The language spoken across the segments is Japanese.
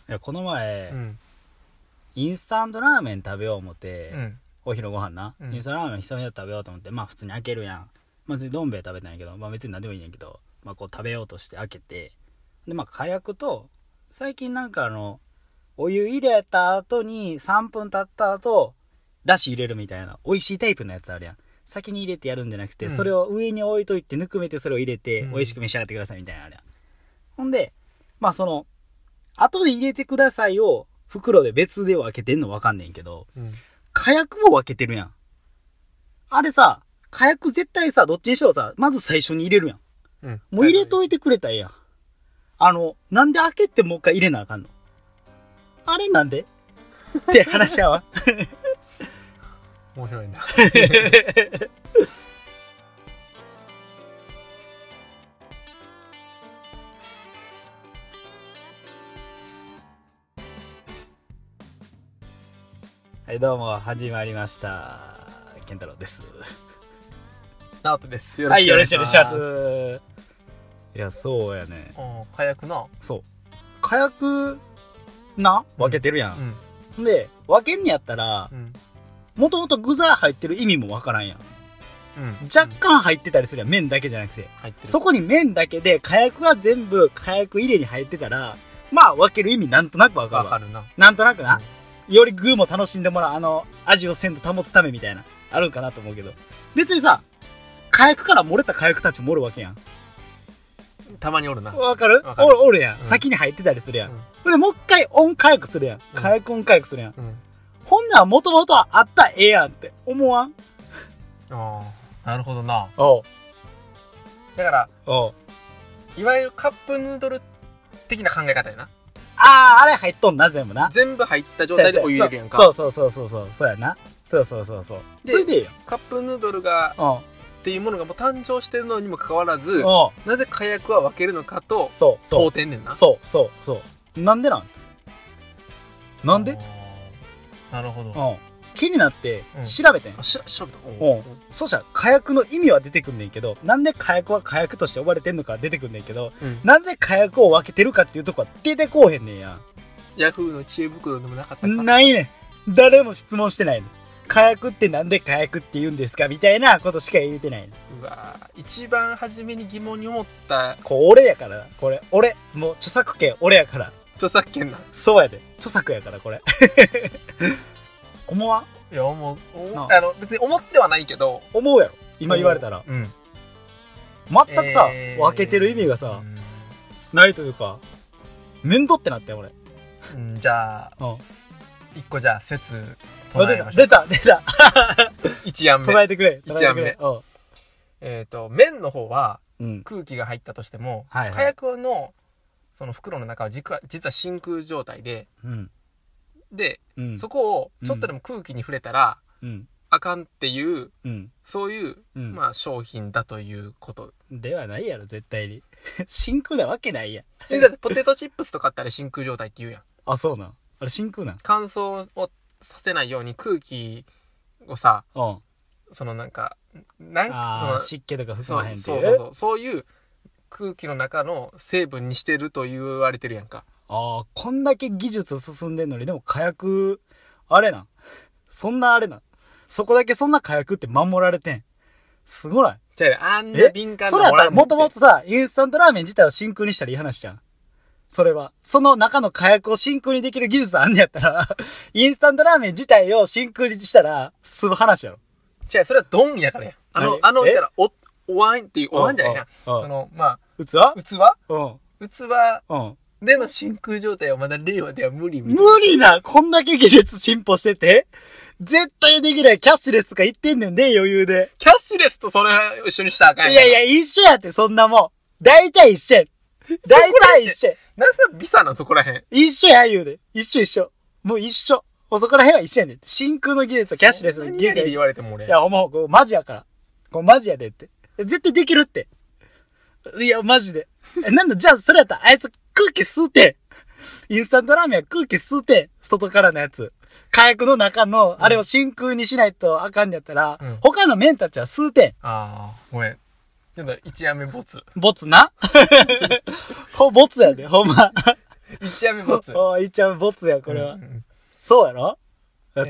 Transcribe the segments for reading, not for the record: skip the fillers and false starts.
いやこの前、 うん。 インスタントラーメン食べよう思って、 うん。 お昼ご飯な、 うんインスタントラーメン久々に食べようと思って、まあ普通に開けるやん。まあ別にどん兵衛食べたんやけど、まあ別に何でもいいんやけど、まあこう食べようとして開けて、でまあ火薬と、最近なんかお湯入れた後に3分経った後、だし入れるみたいな、美味しいタイプのやつあるやん。先に入れてやるんじゃなくて、 うんそれを上に置いといて、ぬくめてそれを入れて、 うん美味しく召し上がってくださいみたいなのあるやん。ほんで、まあ後で入れてくださいを、袋で別で分けてんの分かんねんけど、 うん。 火薬も分けてるやん。あれさ、火薬絶対さ、どっちにしろさ、まず最初に入れるやん。 うん。 もう入れといてくれたらええやん。なんで開けてもう一回入れなあかんの？あれなんでって話し合わん。 面白いな。 はい、どうも、始まりました。健太郎です。 ナオトです。 はい、よろしくお願いします。 す。いや、そうやね。 火薬な。 そう。火薬、分けてるや。 うんん。 で、分けんにやったらう、ん。 もともと具材入ってる意味もわからんやん。 うん。 若干入ってたりするやん、麺だけじゃなくて。 入ってる。 そこに麺だけで火薬が全部火薬入れに入ってたら、まあ分ける意味なんとなくわかるわ。 わかるな。 なんとなくな。より具も楽しんでもらう、味を鮮度保つためみたいな、あるんかなと思うけど。別にさ、火薬から漏れた火薬たちもおるわけやん。 たまにおるな。 わかる？ わかるおるやん。 うん先に入ってたりするやん。 うで、もう一回オン火薬するやん。 ん火薬オン火薬するやん。 ん。うん。 ほんなら元々あったらええやんって思わん？ ああ、なるほどな。 おう。 だから、 おう。 いわゆるカップヌードル的な考え方やな。 あれ入っとんな、全部な。 全部入った状態でお湯入れるやんか。 そうそうやな。そう。そでれでいいよ。 カップヌードルがうん。 っていうものがもう誕生してるのにもかかわらず、 おう。 なぜ火薬は分けるのかとそう問うてんねんな。 そう。なんでなん？なんで？ なるほど。 うん。気になってうん調べてん。 調べた。 うんそしたら火薬の意味は出てくんねんけど、なんで火薬は火薬として呼ばれてんのか出てくんねんけど、 うん。 なんで火薬を分けてるかっていうとこは出てこうへんねんや。 ヤフーの知恵袋でもなかったか。 ないねん。誰も質問してないの。火薬ってなんで火薬って言うんですかみたいなことしか言うてないの。 うわー、一番初めに疑問に思った俺やからな。これ。もう著作権俺やから。 著作権な。 そうやで。著作やから、これ。思わん？ いや、思う。 な別に思ってはないけど、 思うやろ。今言われたら。 うん。 全くさ、分けてる意味がさ、ないというか、面倒ってなったよ、俺。 うん。じゃあ、 うん。 一個じゃあ説唱えましょう。 出た。 一案目。 唱えてくれ。 一案目麺の方はうん。 空気が入ったとしても、 はいはい火薬のその袋の中は実は真空状態で、 うん。 そこをちょっとでも空気に触れたらうん。 あかんっていう、 うん。 そういう、 うん。 まあ商品だということ。 ではないやろ、絶対に。真空なわけないやん。 だってポテトチップスとかってあれ真空状態って言うやん。 あ、そうなん。あれ真空なん。 乾燥をさせないように空気をさ、 うん。 そのなんか、 湿気とか含まへんっていう。 そういう空気の中の成分にしてると言われてるやんか。 こんだけ技術進んでんのに、でも火薬、あれなん。そんなあれなん。そこだけそんな火薬って守られてん。すごない？ じゃあ、あんな敏感それやったらもともととさ、インスタントラーメン自体を真空にしたらいい話じゃん。それは。その中の火薬を真空にできる技術あんねやったら、インスタントラーメン自体を真空にしたら、済む話やろ。 違う、それはドンやからや。言ったら、お椀っていう、お椀じゃないな。ま器？ あ、器うん。 器うん。 での真空状態はまだ令和では無理みたい無理な、こんだけ技術進歩してて、絶対できないキャッシュレスとか言ってんねんね、余裕で。 キャッシュレスとそれ一緒にしたらあかんやん。 いや、一緒やって、そんなもん。大体一緒や。大体一緒や。 なんでビサなんそこらへん。 一緒や、言うで。一緒。もう一緒。もうそこら辺は一緒やねん。真空の技術とキャッシュレスの技術何言われても俺。 いや、もう、マジやから。マジやでって。絶対できるって。いや、マジで。なんだ、じゃあ、それやったら、あいつ空気吸うて。インスタントラーメンは空気吸うて。外からのやつ。火薬の中の、あれを真空にしないとあかんのやったら、他の麺たちは吸うて。 ああ、ごめん。ちょっと一案目ボツ。 ボツなボツやで、ほんま。 1夜目ボツ。 ああ、一番ボツや、これは。 うん。 そうやろだって。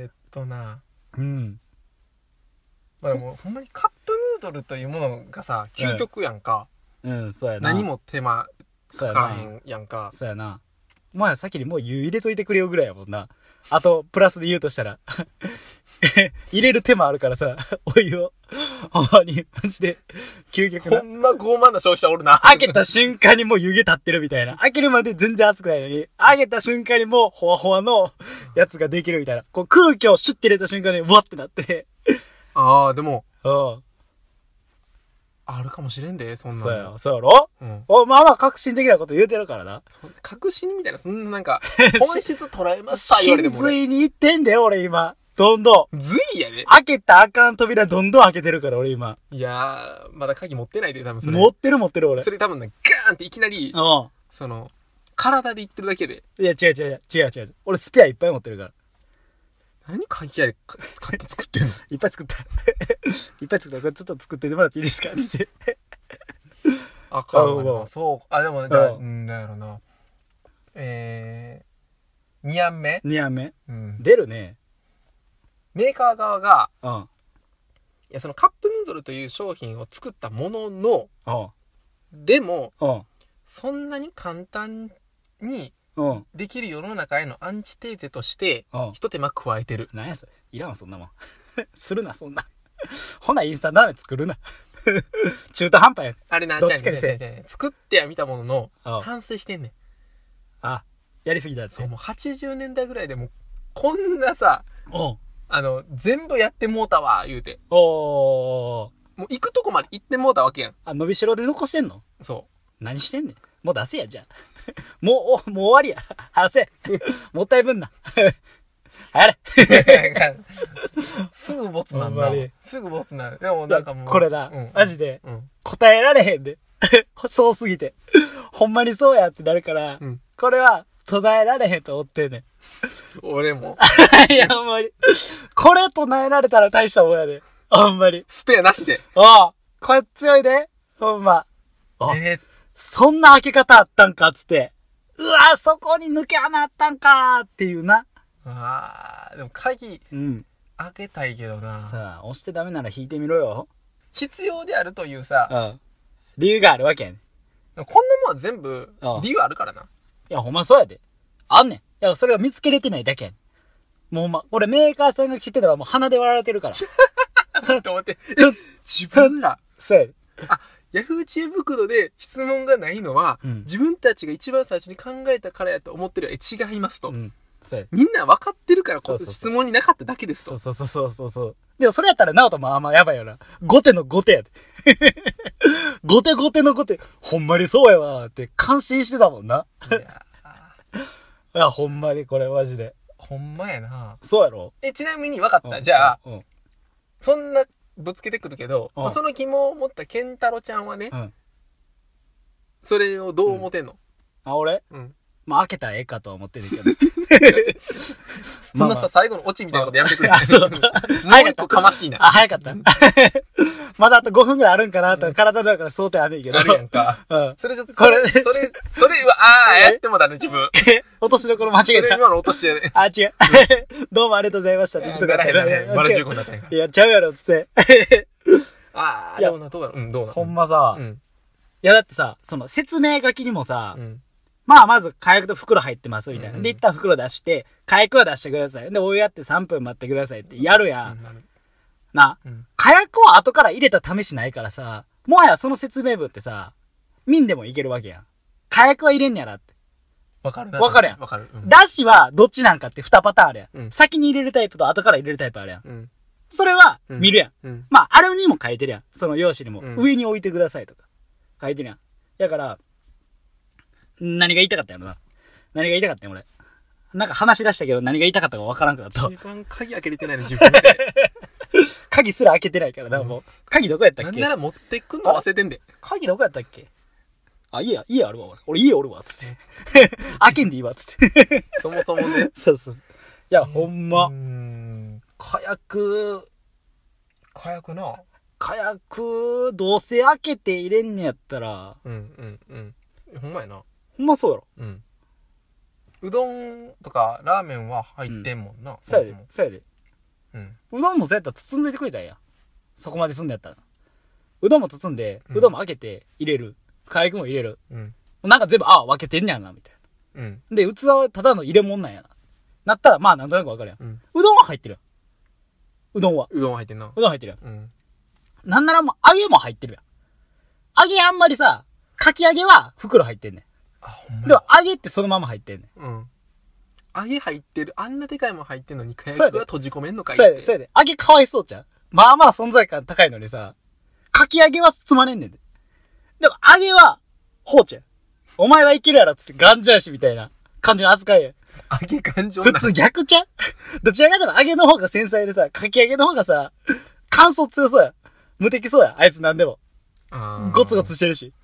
な。 うん。 まあでも、ほんまにカップヌードルというものがさ、究極やんか。 うん、そうやな。 何も手間そうやな。 かからへんやんか。 そうやな。まあ、先にもう湯入れといてくれよぐらいやもんな。あと、プラスで言うとしたら。入れる手もあるからさ、お湯を。ほんまに、マジで、究極な。 ほんま傲慢な消費者おるな。 開けた瞬間にもう湯気立ってるみたいな。開けるまで全然熱くないのに、開けた瞬間にもうほわほわのやつができるみたいな。こう空気をシュッて入れた瞬間に、わってなって。 ああ、でも、 うん。 あるかもしれんで、そんなの。 そうや、そうやろうん。 まあまあ革新的なこと言うてるからな。 確信みたいな、そんななんか、本質捉えました言われて真も俺。 髄に行ってんだよ、俺今。どんどん。 髄やで。 開けたあかん扉どんどん開けてるから、俺今。 いやー、まだ鍵持ってないで、多分それ。 持ってる、俺。 それ多分ね、ガーンっていきなり、 うん。 その、体で言ってるだけで。 いや、違う。俺スペアいっぱい持ってるから。 何鍵屋で買って作ってんのいっぱい作った。いっぱい作った。これちょっと作ってもらっていいですかつって。 あかんわあな。そう。あ、でもね、なんやろな。2案目 2案目。 うん。 出るね。 メーカー側が、 うん。 いや、そのカップヌードルという商品を作ったものの、でも、そんなに簡単にできる世の中へのアンチテーゼとして、一手間加えてる。 なんやそれ。いらんわ、そんなもん。するな、そんな。ほな、インスタラーメン作るな。中途半端や。 あれな、 どっちかにせえ。 作っては見たものの、 うん反省してんねん。 あ、やりすぎだって。 そう、もう80年代ぐらいでもう、こんなさ、 おう全部やってもうたわ、言うて。 おー。 もう行くとこまで行ってもうたわけやん。 あ、伸びしろで残してんのそ何してんねん。もう出せや、じゃあ。もう終わりや。話せ。もったいぶんな。はれ。 う。すぐボツなんだほんまに。 すぐボツなんだ。でもなんかもう。 これだ。 うんマジで。 うん。 答えられへんで。そうすぎて。ほんまにそうやってなるから、 うんこれは唱えられへんと思ってんねん。 俺も。 いや、ほんまに。これ唱えられたら大したもんやで。ほんまに。 スペアなしで。 ああ、これ強いで。ほんま。あ、そんな開け方あったんかっつって。うわ、そこに抜け穴あったんかっていうな。 でも鍵うん。 開けたいけどな。 さあ、押してダメなら引いてみろよ。 必要であるというさ、 うん。理由があるわけやねん。 こんなもんは全部理由あるからな。 いや、ほんまそうやで。あんねん。いや、それが見つけれてないだけやねん。もうほんま、これメーカーさんが来てたらもう鼻で割られてるから。 と思って。自分ら。 そうやで。 ヤフー知恵袋で質問がないのは、自分たちが一番最初に考えたからやと思ってるよ。違いますと。 そうやで。 みんな分かってるから、 そうそうそう質問になかっただけですと。 そう。でもそれやったら、ナオトもあんまやばいよな。後手の後手やで。後手の後手。ほんまにそうやわって感心してたもんな。いや、ほんまにこれマジで。 ほんまやな。 そうやろちなみに分かった。じゃあ、そんなぶつけてくるけど、その疑問を持ったケンタロちゃんはね、それをどう思ってんの？ あ、俺うん。 まあ、開けたらええかとは思ってるけど。 そんなさ、最後のオチみたいなことやめてくれ。 そう。 もう一個かましいな。 早かった。まだあと5分くらいあるんかなと、体の中から想定あんねんけど。 あるやんか。それちょっと、それは、やってもだね、自分。 落としどころ間違えた。 それ今の落として。 あ、違う。どうもありがとうございましたって言っとかった。 丸15になったんや。 いや、ちゃうやろ、つって。 いや、どうな、どうな。 ほんまさ。いや、だってさ、その説明書きにもさ、まず、火薬と袋入ってます、みたいな。で、一旦袋出して、火薬は出してください。で、お湯やって3分待ってくださいってやるやん。な、火薬を後から入れた試しないからさ、もはやその説明文ってさ、見んでもいけるわけやん。火薬は入れんねやなって。 わかるやん。 わかる。 だしはどっちなんかって2パターンあるやん。先に入れるタイプと後から入れるタイプあるやん。それは見るやん。まあ、あれにも書いてるやん。その用紙にも。上に置いてくださいとか。書いてるやん。だから、何が言いたかったやろな。何が言いたかったん俺。なんか話し出したけど何が言いたかったか分からんくなった。 一番鍵開けれてないの自分で。 鍵すら開けてないからな、もう。鍵どこやったっけ？ なんなら持ってくんの忘れてんで。 鍵どこやったっけ？あ、家あるわ、俺家おるわ、つって。開けんでいいわ、つって。 そもそもね。 そう。いや、ほんま。火薬な。火薬、どうせ開けて入れんねやったら。 ほんまやな。 ほんまそうやろ。 うどんとかラーメンは入ってんもんな、 そうやでそうやで、 うん、 うどんもそうやったら包んでいてくれたらやん。そこまですんのやったらうどんも包んで、 うんうどんも開けて入れる、火薬も入れる、 うん、 なんか全部分けてんねやなみたいうん、 な。で器はただの入れ物なんやなったらまあなんとなく分かるやん、 うん、 うどんは入ってるやん。うどんは入ってんな。 うどん入ってるやん、 うん、 なんならもう揚げも入ってるやん。揚げあんまりさ、かき揚げは袋入ってんねん。 あ、ほんまでも揚げってそのまま入ってんねん。 うん。揚げ入ってる。あんなでかいもん入ってんのに、火そうやで薬は閉じ込めんのかいって。 そうやで、そうやで。揚げかわいそうじゃん。まあまあ存在感高いのにさ、かき揚げはつまねんねんで。でも揚げは放置やん。お前はいけるやろっつって頑丈やしみたいな感じの扱いやん。 揚げ感情普通逆ちゃうどちらかというと揚げの方が繊細でさ、かき揚げの方がさ、乾燥強そうや。無敵そうや。あいつなんでも。ゴツゴツしてるし。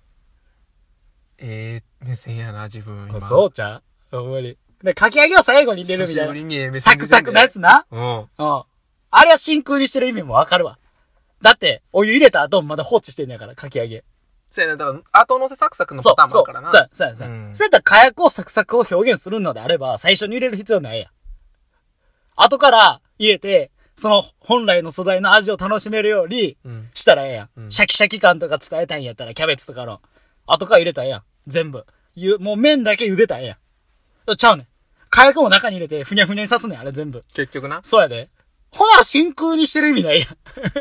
目線やな、自分今。 そうちゃうほんまに。で、かき揚げを最後に入れるみたいな。サクサクのやつな。 うん。 あれは真空にしてる意味もわかるわ。だって、お湯入れた後もまだ放置してんねやから、かき揚げ。 そうやな、だから、後乗せサクサクのパターンもあるからな。 そう。そうやったら火薬をサクサクを表現するのであれば、最初に入れる必要ないやん。後から入れて、その本来の素材の味を楽しめるようにしたらええやん。 うん、 シャキシャキ感とか伝えたいんやったら、キャベツとかの。後から入れたらええやん。全部。もう麺だけ茹でたらええやん。ちゃうねん。火薬も中に入れて、ふにゃふにゃにさすねん、あれ全部。 結局な。 そうやで。ほな、真空にしてる意味ないやん。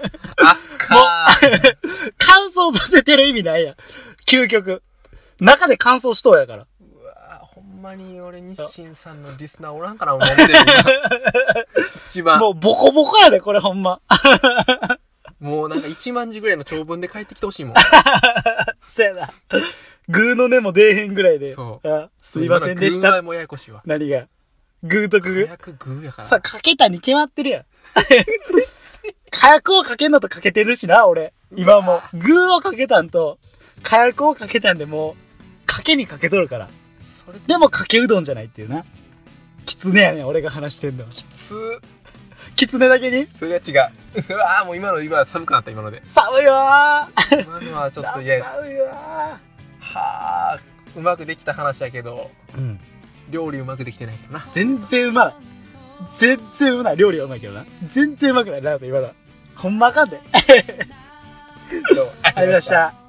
乾燥させてる意味ないやん。究極。中で乾燥しとうやから。 うわぁ、ほんまに俺、日清さんのリスナーおらんから思ってる一番。 もうボコボコやで、これほんま。 もうなんか1万字ぐらいの長文で帰ってきてほしいもん。 そやな。グーの根も出えへんぐらいで。 そう。 すいませんでした。 グーはもうややこしいわ。 何がグーとグー。 火薬グーやから。 さ、かけたに決まってるやん。火薬をかけんのとかけてるしな、俺。今もう。グーをかけたんと、火薬をかけたんでもう、かけにかけとるから。でもかけうどんじゃないっていうな。きつねやねん、俺が話してんの。きつねだけにそれは違う。うわぁ、もう今寒くなった今ので。 寒いわー。今のはちょっと嫌や。 寒いわー。はぁ、うまくできた話やけど、 うん。 料理うまくできてないけどな。 全然うまい。全然うまい。料理はうまいけどな。全然うまくないなと今だ。ほんまあかんで。 どうもありがとうございました。